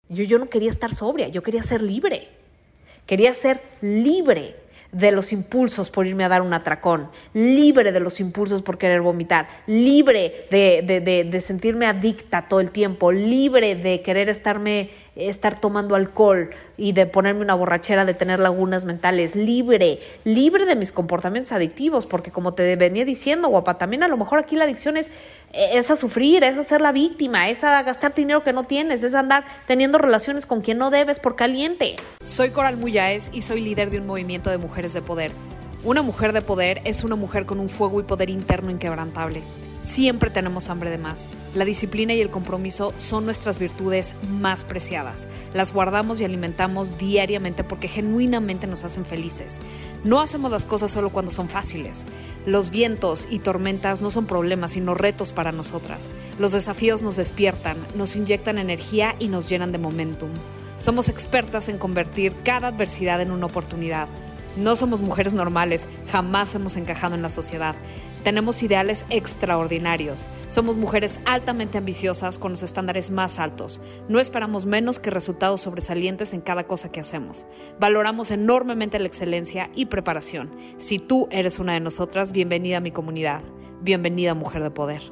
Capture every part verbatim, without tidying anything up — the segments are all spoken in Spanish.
Yo, yo no quería estar sobria, yo quería ser libre. Quería ser libre de los impulsos por irme a dar un atracón, libre de los impulsos por querer vomitar, libre de, de, de, de sentirme adicta todo el tiempo, libre de querer estarme, estar tomando alcohol y de ponerme una borrachera, de tener lagunas mentales, libre, libre de mis comportamientos adictivos, porque como te venía diciendo, guapa, también a lo mejor aquí la adicción es, es a sufrir, es a ser la víctima, es a gastar dinero que no tienes, es a andar teniendo relaciones con quien no debes por caliente. Soy Coral Muyáez y soy líder de un movimiento de mujeres de poder. Una mujer de poder es una mujer con un fuego y poder interno inquebrantable. Siempre tenemos hambre de más. La disciplina y el compromiso son nuestras virtudes más preciadas. Las guardamos y alimentamos diariamente porque genuinamente nos hacen felices. No hacemos las cosas solo cuando son fáciles. Los vientos y tormentas no son problemas, sino retos para nosotras. Los desafíos nos despiertan, nos inyectan energía y nos llenan de momentum. Somos expertas en convertir cada adversidad en una oportunidad. No somos mujeres normales, jamás hemos encajado en la sociedad. Tenemos ideales extraordinarios. Somos mujeres altamente ambiciosas con los estándares más altos. No esperamos menos que resultados sobresalientes en cada cosa que hacemos. Valoramos enormemente la excelencia y preparación. Si tú eres una de nosotras, bienvenida a mi comunidad. Bienvenida, mujer de poder.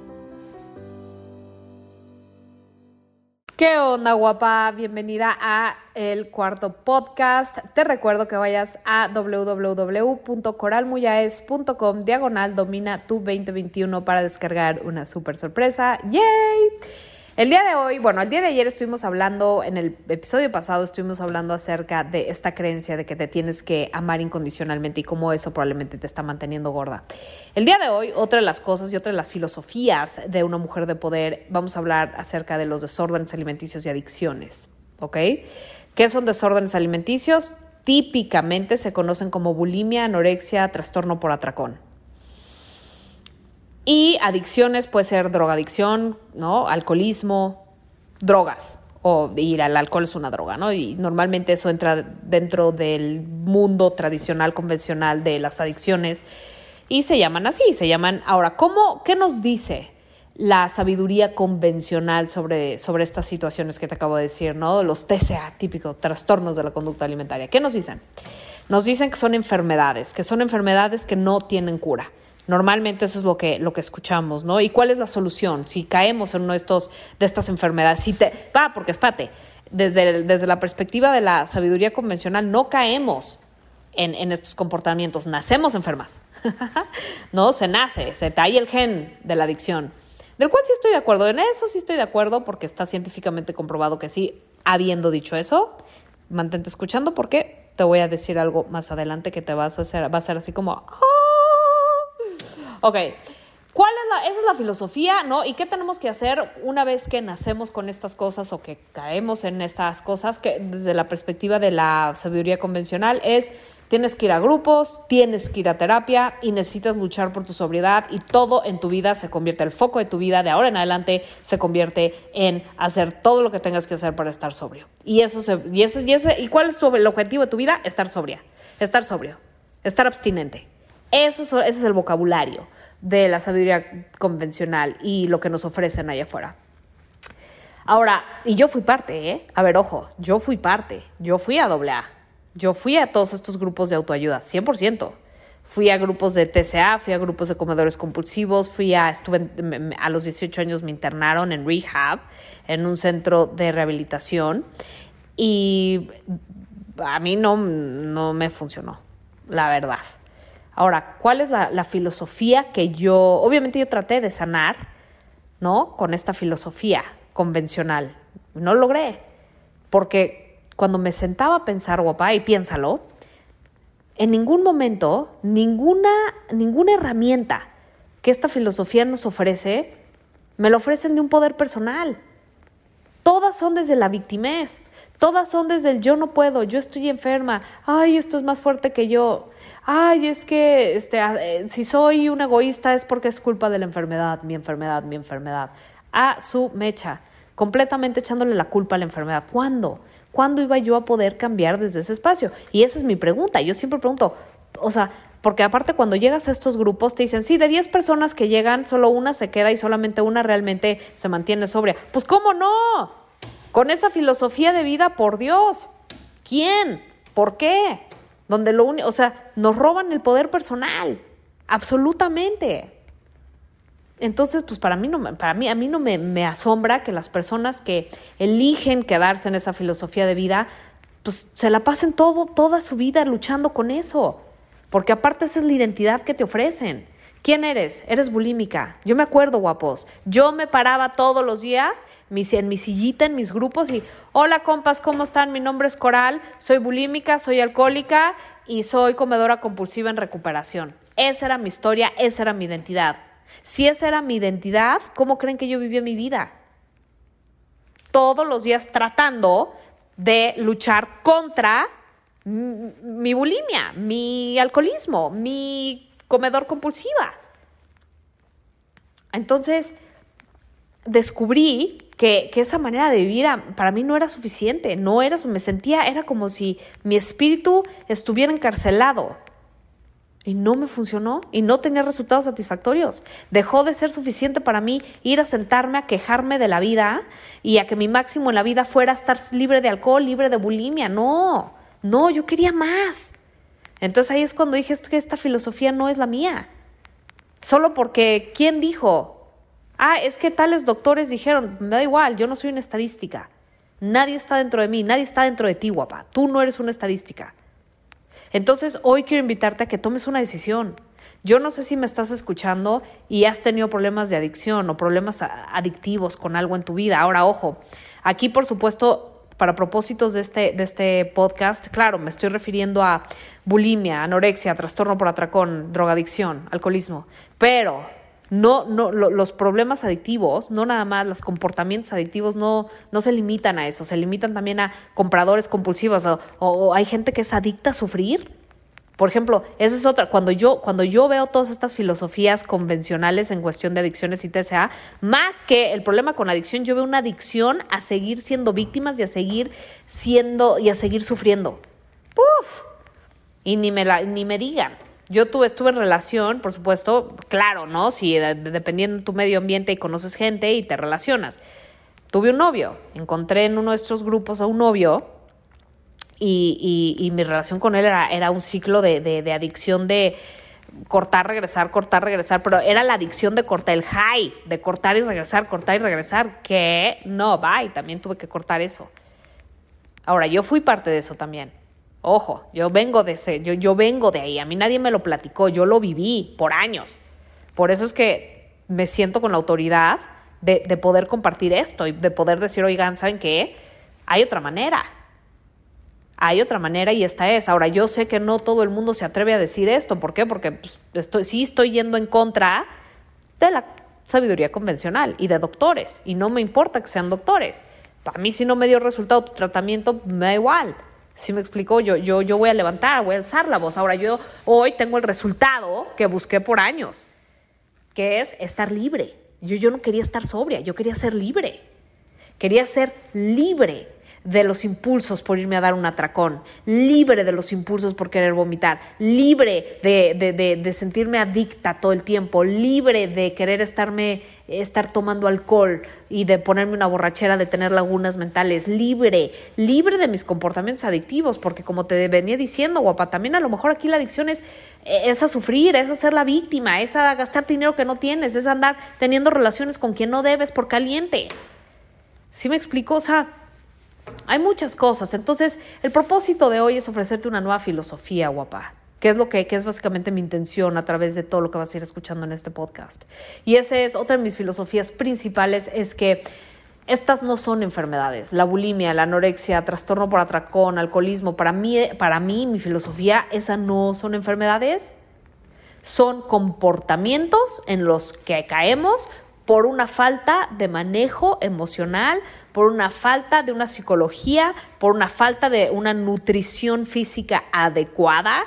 ¿Qué onda, guapa? Bienvenida a el cuarto podcast. Te recuerdo que vayas a www.coralmuyaes.com diagonal domina tu veinte veintiuno para descargar una súper sorpresa. ¡Yay! El día de hoy, bueno, el día de ayer estuvimos hablando, en el episodio pasado estuvimos hablando acerca de esta creencia de que te tienes que amar incondicionalmente y cómo eso probablemente te está manteniendo gorda. El día de hoy, otra de las cosas y otra de las filosofías de una mujer de poder, vamos a hablar acerca de los desórdenes alimenticios y adicciones, ¿ok? ¿Qué son desórdenes alimenticios? Típicamente se conocen como bulimia, anorexia, trastorno por atracón. Y adicciones puede ser drogadicción, ¿no? Alcoholismo, drogas. O ir al alcohol es una droga, ¿no? Y normalmente eso entra dentro del mundo tradicional, convencional de las adicciones. Y se llaman así, se llaman... Ahora, ¿cómo, qué nos dice la sabiduría convencional sobre, sobre estas situaciones que te acabo de decir, ¿no? Los T C A, típicos trastornos de la conducta alimentaria. ¿Qué nos dicen? Nos dicen que son enfermedades, que son enfermedades que no tienen cura. Normalmente eso es lo que, lo que escuchamos, ¿no? ¿Y cuál es la solución? Si caemos en uno de, estos, de estas enfermedades, si te... Va, porque espérate, desde, el, desde la perspectiva de la sabiduría convencional no caemos en, en estos comportamientos, nacemos enfermas, ¿no? Se nace, se trae el gen de la adicción, del cual sí estoy de acuerdo, en eso sí estoy de acuerdo porque está científicamente comprobado que sí, habiendo dicho eso, mantente escuchando porque te voy a decir algo más adelante que te vas a hacer, va a ser así como... ¡Oh! Ok, ¿cuál es la, esa es la filosofía, ¿no? ¿Y qué tenemos que hacer una vez que nacemos con estas cosas o que caemos en estas cosas? Que desde la perspectiva de la sabiduría convencional es, tienes que ir a grupos, tienes que ir a terapia y necesitas luchar por tu sobriedad y todo en tu vida se convierte, el foco de tu vida de ahora en adelante se convierte en hacer todo lo que tengas que hacer para estar sobrio. Y eso se, y ese, y ese, ¿y cuál es tu, el objetivo de tu vida? Estar sobria, estar sobrio, estar abstinente. Eso, ese es el vocabulario de la sabiduría convencional y lo que nos ofrecen allá afuera. Ahora, y yo fui parte, ¿eh? A ver, ojo, yo fui parte. Yo fui a doble A. Yo fui a todos estos grupos de autoayuda, cien por ciento. Fui a grupos de T C A, fui a grupos de comedores compulsivos, fui a, estuve, a los dieciocho años me internaron en rehab, en un centro de rehabilitación. Y a mí no, no me funcionó, la verdad. Ahora, ¿cuál es la, la filosofía que yo... Obviamente yo traté de sanar, ¿no? Con esta filosofía convencional. No lo logré. Porque cuando me sentaba a pensar, guapa, y piénsalo, en ningún momento, ninguna, ninguna herramienta que esta filosofía nos ofrece, me lo ofrecen de un poder personal. Todas son desde la victimez. Todas son desde el yo no puedo, yo estoy enferma, ay, esto es más fuerte que yo, ay, es que este, eh, si soy un egoísta es porque es culpa de la enfermedad, mi enfermedad, mi enfermedad. A su mecha, completamente echándole la culpa a la enfermedad. ¿Cuándo? ¿Cuándo iba yo a poder cambiar desde ese espacio? Y esa es mi pregunta, yo siempre pregunto, o sea, porque aparte cuando llegas a estos grupos te dicen, sí, de diez personas que llegan, solo una se queda y solamente una realmente se mantiene sobria. Pues, ¿cómo no? Con esa filosofía de vida, por Dios, ¿quién? ¿Por qué? Donde lo único, o sea, nos roban el poder personal, absolutamente. Entonces, pues para mí, no, para mí, a mí no me, me asombra que las personas que eligen quedarse en esa filosofía de vida, pues se la pasen todo, toda su vida luchando con eso. Porque aparte esa es la identidad que te ofrecen. ¿Quién eres? Eres bulímica. Yo me acuerdo, guapos. Yo me paraba todos los días en mi sillita, en mis grupos y hola compas, ¿cómo están? Mi nombre es Coral, soy bulímica, soy alcohólica y soy comedora compulsiva en recuperación. Esa era mi historia, esa era mi identidad. Si esa era mi identidad, ¿cómo creen que yo vivía mi vida? Todos los días tratando de luchar contra mi bulimia, mi alcoholismo, mi comedor compulsiva. Entonces, descubrí que, que esa manera de vivir para mí no era suficiente, no era, me sentía, era como si mi espíritu estuviera encarcelado. Y no me funcionó y no tenía resultados satisfactorios. Dejó de ser suficiente para mí ir a sentarme a quejarme de la vida y a que mi máximo en la vida fuera estar libre de alcohol, libre de bulimia. No, no, yo quería más. Entonces ahí es cuando dije es que esta filosofía no es la mía. Solo porque, ¿quién dijo? Ah, es que tales doctores dijeron, me da igual, yo no soy una estadística. Nadie está dentro de mí, nadie está dentro de ti, guapa. Tú no eres una estadística. Entonces, hoy quiero invitarte a que tomes una decisión. Yo no sé si me estás escuchando y has tenido problemas de adicción o problemas adictivos con algo en tu vida. Ahora, ojo, aquí, por supuesto, para propósitos de este, de este podcast, claro, me estoy refiriendo a bulimia, anorexia, trastorno por atracón, drogadicción, alcoholismo. Pero no, no, lo, los problemas adictivos, no nada más, los comportamientos adictivos no, no se limitan a eso, se limitan también a compradores compulsivos o, o, o hay gente que es adicta a sufrir. Por ejemplo, esa es otra, cuando yo, cuando yo veo todas estas filosofías convencionales en cuestión de adicciones y T C A, más que el problema con adicción, yo veo una adicción a seguir siendo víctimas y a seguir siendo y a seguir sufriendo. ¡Puf! Y ni me, la, ni me digan. Yo tuve, estuve en relación, por supuesto, claro, ¿no? Si de, de, dependiendo de tu medio ambiente y conoces gente y te relacionas. Tuve un novio, encontré en uno de nuestros grupos a un novio y, y, y mi relación con él era, era un ciclo de, de, de adicción de cortar, regresar, cortar, regresar, pero era la adicción de cortar el high, de cortar y regresar, cortar y regresar, que no, bye, también tuve que cortar eso. Ahora, yo fui parte de eso también. Ojo, yo vengo de ese, yo, yo vengo de ahí, a mí nadie me lo platicó, yo lo viví por años. Por eso es que me siento con la autoridad de, de poder compartir esto y de poder decir, oigan, ¿saben qué? Hay otra manera. Hay otra manera y esta es. Ahora, yo sé que no todo el mundo se atreve a decir esto. ¿Por qué? Porque pues, estoy, sí estoy yendo en contra de la sabiduría convencional y de doctores. Y no me importa que sean doctores. A mí si no me dio resultado tu tratamiento, me da igual. ¿Sí me explicó? Yo, yo, yo voy a levantar, voy a alzar la voz. Ahora yo hoy tengo el resultado que busqué por años, que es estar libre. Yo, yo no quería estar sobria, yo quería ser libre. Quería ser libre de los impulsos por irme a dar un atracón, libre de los impulsos por querer vomitar, libre de, de, de, de sentirme adicta todo el tiempo, libre de querer estarme, estar tomando alcohol y de ponerme una borrachera, de tener lagunas mentales, libre, libre de mis comportamientos adictivos, porque como te venía diciendo, guapa, también a lo mejor aquí la adicción es, es a sufrir, es a ser la víctima, es a gastar dinero que no tienes, es a andar teniendo relaciones con quien no debes por caliente. ¿Sí me explico? O sea, hay muchas cosas. Entonces, el propósito de hoy es ofrecerte una nueva filosofía, guapa, que es lo que, que es básicamente mi intención a través de todo lo que vas a ir escuchando en este podcast. Y esa es otra de mis filosofías principales, es que estas no son enfermedades. La bulimia, la anorexia, trastorno por atracón, alcoholismo, para mí, para mí, mi filosofía, esas no son enfermedades, son comportamientos en los que caemos por una falta de manejo emocional, por una falta de una psicología, por una falta de una nutrición física adecuada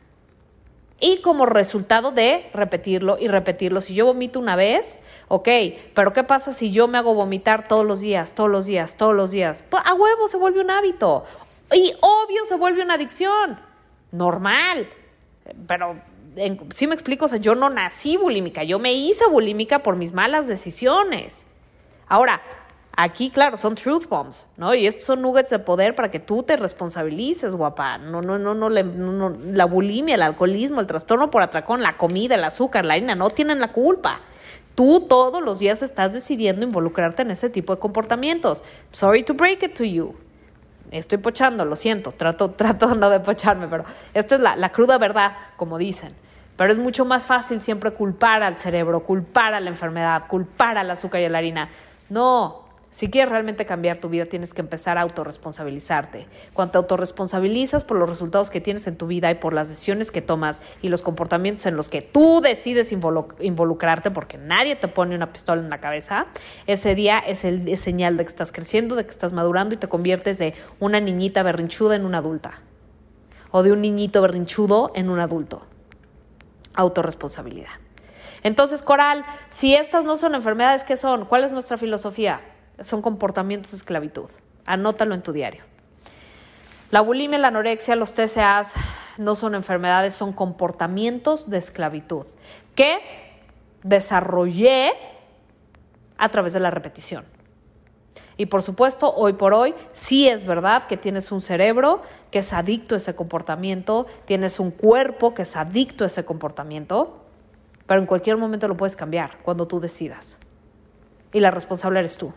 y como resultado de repetirlo y repetirlo. Si yo vomito una vez, ok, pero ¿qué pasa si yo me hago vomitar todos los días, todos los días, todos los días? Pues a huevo se vuelve un hábito y obvio se vuelve una adicción, normal, pero En, ¿sí me explico? O sea, yo no nací bulímica, yo me hice bulímica por mis malas decisiones. Ahora, Aquí, claro, son truth bombs, ¿no? Y estos son nuggets de poder para que tú te responsabilices, guapa. No, no, no, no, no, no, la bulimia, el alcoholismo, el trastorno por atracón, la comida, el azúcar, la harina, no tienen la culpa. Tú todos los días estás decidiendo involucrarte en ese tipo de comportamientos. Sorry to break it to you. Estoy pochando, lo siento. Trato, trato no de pocharme, pero esta es la, la cruda verdad, como dicen. Pero es mucho más fácil siempre culpar al cerebro, culpar a la enfermedad, culpar al azúcar y a la harina. No. Si quieres realmente cambiar tu vida, tienes que empezar a autorresponsabilizarte. Cuando te autorresponsabilizas por los resultados que tienes en tu vida y por las decisiones que tomas y los comportamientos en los que tú decides involu- involucrarte, porque nadie te pone una pistola en la cabeza, ese día es, el, es señal de que estás creciendo, de que estás madurando y te conviertes de una niñita berrinchuda en una adulta. O de un niñito berrinchudo en un adulto. Autorresponsabilidad. Entonces, Coral, si estas no son enfermedades, ¿qué son? ¿Cuál es nuestra filosofía? Son comportamientos de esclavitud. Anótalo en tu diario. La bulimia, la anorexia, los T C As no son enfermedades, son comportamientos de esclavitud que desarrollé a través de la repetición. Y por supuesto, hoy por hoy, sí es verdad que tienes un cerebro que es adicto a ese comportamiento, tienes un cuerpo que es adicto a ese comportamiento, pero en cualquier momento lo puedes cambiar cuando tú decidas. Y la responsable eres tú.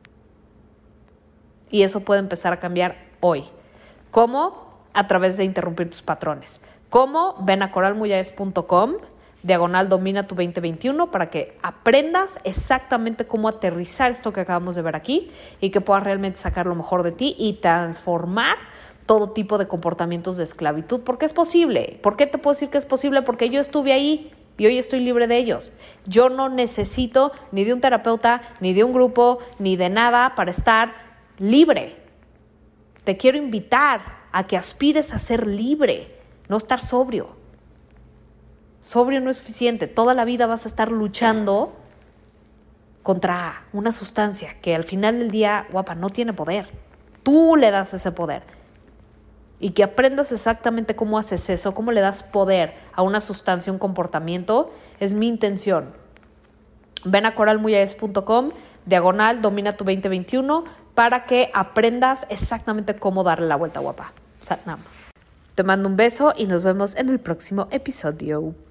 Y eso puede empezar a cambiar hoy. ¿Cómo? A través de interrumpir tus patrones. ¿Cómo? Ven a coral muyes punto com, diagonal domina tu veinte veintiuno, para que aprendas exactamente cómo aterrizar esto que acabamos de ver aquí y que puedas realmente sacar lo mejor de ti y transformar todo tipo de comportamientos de esclavitud. Porque es posible. ¿Por qué te puedo decir que es posible? Porque yo estuve ahí. Y hoy estoy libre de ellos. Yo no necesito ni de un terapeuta, ni de un grupo, ni de nada para estar libre. Te quiero invitar a que aspires a ser libre, no estar sobrio. Sobrio no es suficiente. Toda la vida vas a estar luchando contra una sustancia que al final del día, guapa, no tiene poder. Tú le das ese poder. Y que aprendas exactamente cómo haces eso, cómo le das poder a una sustancia, un comportamiento, es mi intención. Ven a coral muyes punto com, diagonal, domina tu veinte veintiuno, para que aprendas exactamente cómo darle la vuelta, guapa. Satnam. Te mando un beso y nos vemos en el próximo episodio.